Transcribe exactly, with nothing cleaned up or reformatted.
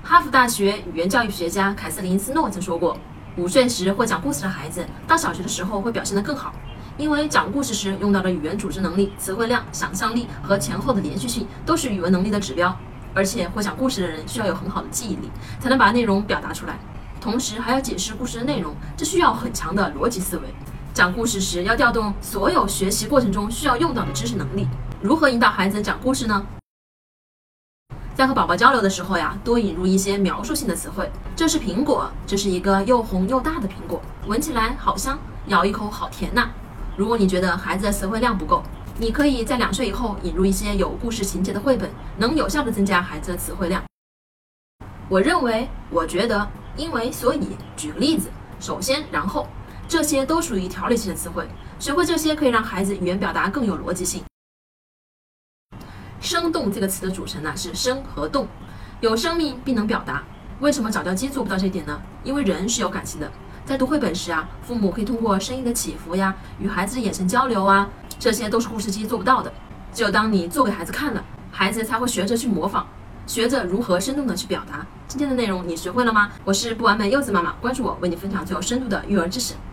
哈佛大学语言教育学家凯瑟琳·斯诺曾说过，五岁时会讲故事的孩子，到小学的时候会表现得更好，因为讲故事时用到的语言组织能力、词汇量、想象力和前后的连续性都是语文能力的指标。而且会讲故事的人需要有很好的记忆力，才能把内容表达出来，同时还要解释故事的内容，这需要很强的逻辑思维。讲故事时要调动所有学习过程中需要用到的知识能力。如何引导孩子讲故事呢？在和宝宝交流的时候呀，多引入一些描述性的词汇。这是苹果，这是一个又红又大的苹果，闻起来好香，咬一口好甜呐。如果你觉得孩子的词汇量不够，你可以在两岁以后引入一些有故事情节的绘本，能有效地增加孩子的词汇量。我认为，我觉得，因为，所以，举个例子，首先，然后，这些都属于条理性的词汇。学会这些可以让孩子语言表达更有逻辑性。生动这个词的组成呢是生和动，有生命并能表达。为什么早教机做不到这一点呢？因为人是有感情的。在读绘本时啊，父母可以通过声音的起伏呀，与孩子的眼神交流啊，这些都是故事机做不到的。只有当你做给孩子看了，孩子才会学着去模仿，学着如何生动的去表达。今天的内容你学会了吗？我是不完美柚子妈妈，关注我，为你分享最有深度的育儿知识。